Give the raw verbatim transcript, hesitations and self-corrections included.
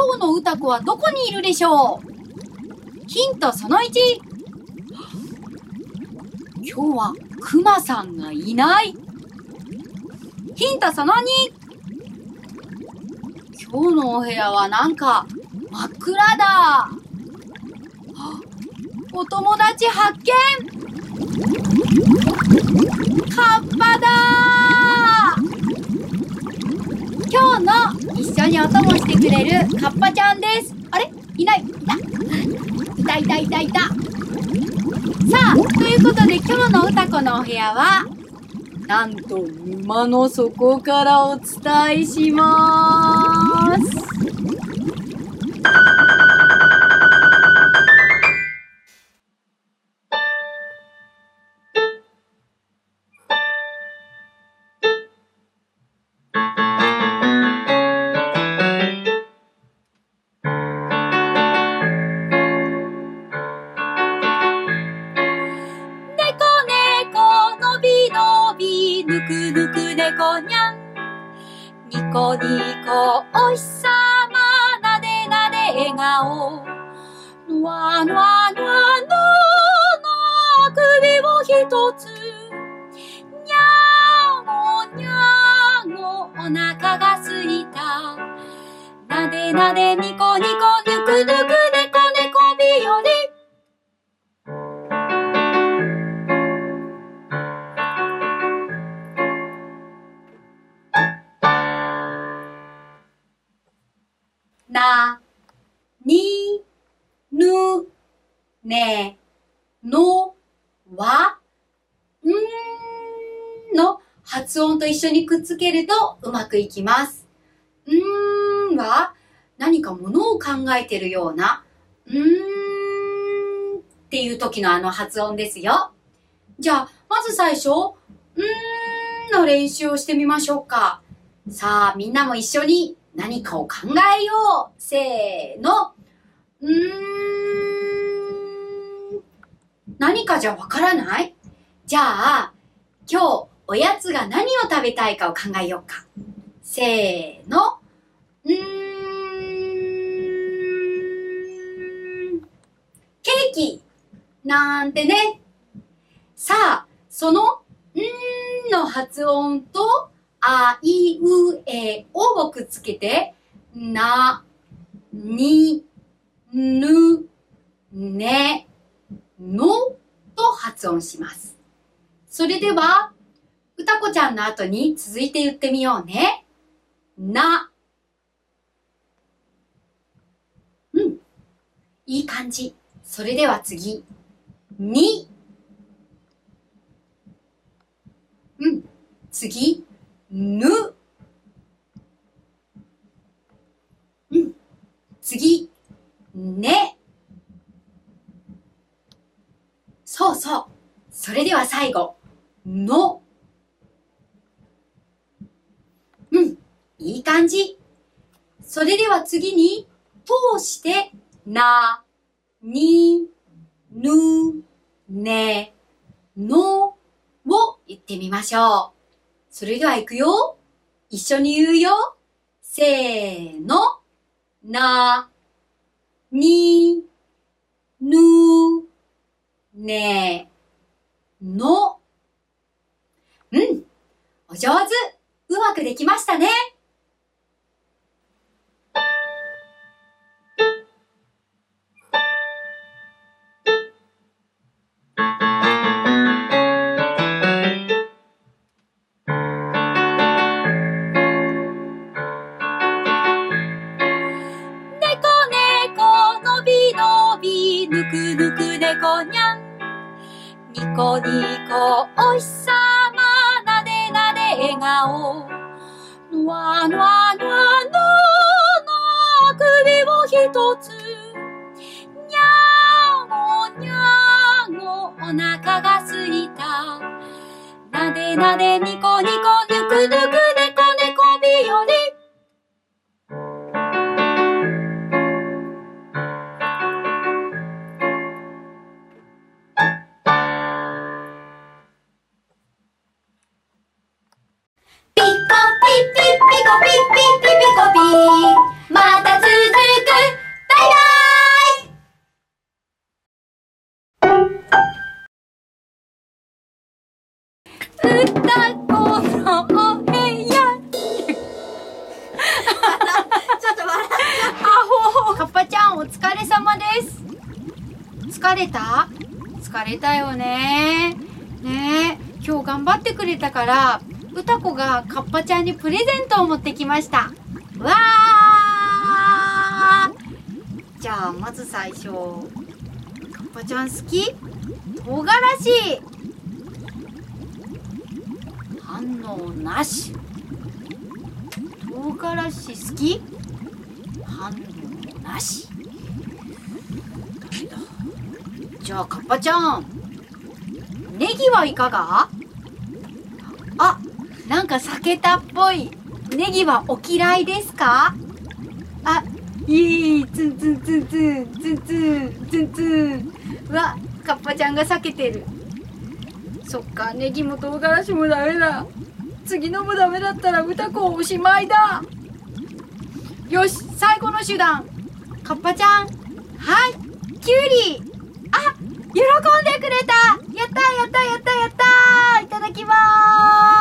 今日の歌子はどこにいるでしょう？ヒントそのいち。今日はクマさんがいない。ヒントそのに。今日のお部屋はなんか真っ暗だ。お友達発見。カッパだ。今日の一緒にお供してくれるカッパちゃんです。あれ？いない。いた。いたいたいたいた。さあ、ということで今日の歌子のお部屋は、なんと沼の底からお伝えしまーす。ぬくぬく猫にゃん、ニコニコお日さま、なでなで笑顔、ぬわぬわぬわぬわ首を一つ、にゃごにゃごお腹がすいた、なでなでニコニコぬくぬく猫猫日和。な、に、ぬ、ね、の、わ、んーの発音と一緒にくっつけるとうまくいきます。んーは何かものを考えてるような、んーっていう時のあの発音ですよ。じゃあ、まず最初、んーの練習をしてみましょうか。さあ、みんなも一緒に何かを考えよう。せーの。うーん。何かじゃわからない？じゃあ、今日おやつが何を食べたいかを考えようか。せーの。うーん。ケーキなんてね。さあ、そのんーの発音とあいうえおをくっつけて、な、に、ぬ、ね、のと発音します。それでは、歌子ちゃんの後に続いて言ってみようね。な。うん。いい感じ。それでは次。に。うん。次。ぬ。うん。次。ね。そうそう。それでは最後。の。うん。いい感じ。それでは次に、通して、な、に、ぬ、ね、のを言ってみましょう。それでは行くよ。一緒に言うよ。せーの。な、に、ぬ、ね、の。うん。お上手。うまくできましたね。ぬくぬく猫にゃん、ニコニコお日さま、なでなで笑顔、ぬわぬわぬわぬわ首を一つ、にゃごにゃごお腹がすいた、なでなでニコニコぬくぬく猫猫日和。ピコピピピコピピピピコピ、また続く疲れた？疲れたよね。ねえ、今日頑張ってくれたから、歌子がカッパちゃんにプレゼントを持ってきました。わー！じゃあ、まず最初、カッパちゃん好き？唐辛子！反応なし。唐辛子好き？反応なし。じゃあカッパちゃん、ネギはいかが？あ、なんか避けたっぽい。ネギはお嫌いですか？あ、いい、ツンツンツンツンツンツンツンツン。うわ、カッパちゃんが避けてる。そっか、ネギも唐辛子もダメだ。次のもダメだったら歌子おしまいだ。よし、最後の手段。カッパちゃん、はい、キュウリ。あ、喜んでくれた。やったやったやったやった。いただきまーす。